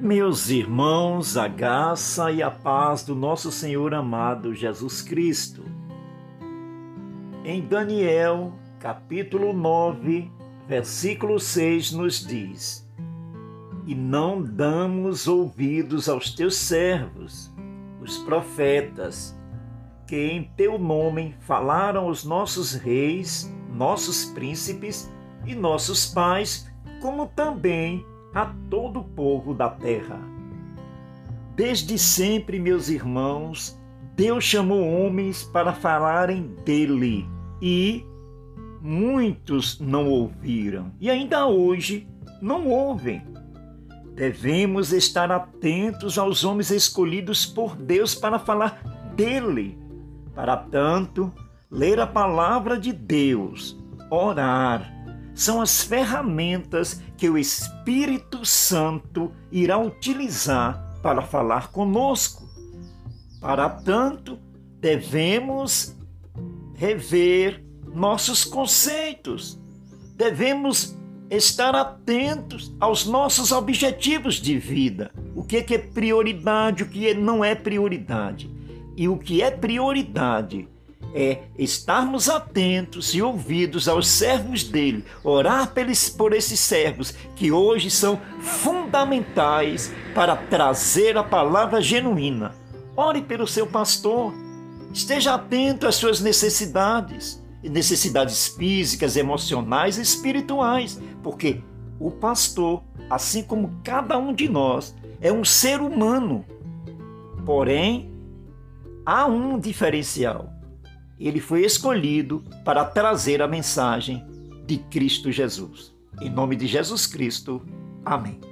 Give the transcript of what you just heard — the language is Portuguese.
Meus irmãos, a graça e a paz do nosso Senhor amado Jesus Cristo. Em Daniel, capítulo 9, versículo 6, nos diz: E não damos ouvidos aos teus servos, os profetas, que em teu nome falaram aos nossos reis, nossos príncipes e nossos pais, como também a todo o povo da terra. Desde sempre, meus irmãos, Deus chamou homens para falarem dele e muitos não ouviram e ainda hoje não ouvem. Devemos estar atentos aos homens escolhidos por Deus para falar dele. Para tanto, ler a palavra de Deus, orar, são as ferramentas que o Espírito Santo irá utilizar para falar conosco. Para tanto, devemos rever nossos conceitos. Devemos estar atentos aos nossos objetivos de vida. O que é prioridade, o que não é prioridade. E o que é prioridade é estarmos atentos e ouvidos aos servos dele, orar por esses servos que hoje são fundamentais para trazer a palavra genuína. Ore pelo seu pastor, esteja atento às suas necessidades físicas, emocionais e espirituais, porque o pastor, assim como cada um de nós, é um ser humano. Porém, há um diferencial. Ele foi escolhido para trazer a mensagem de Cristo Jesus. Em nome de Jesus Cristo, amém.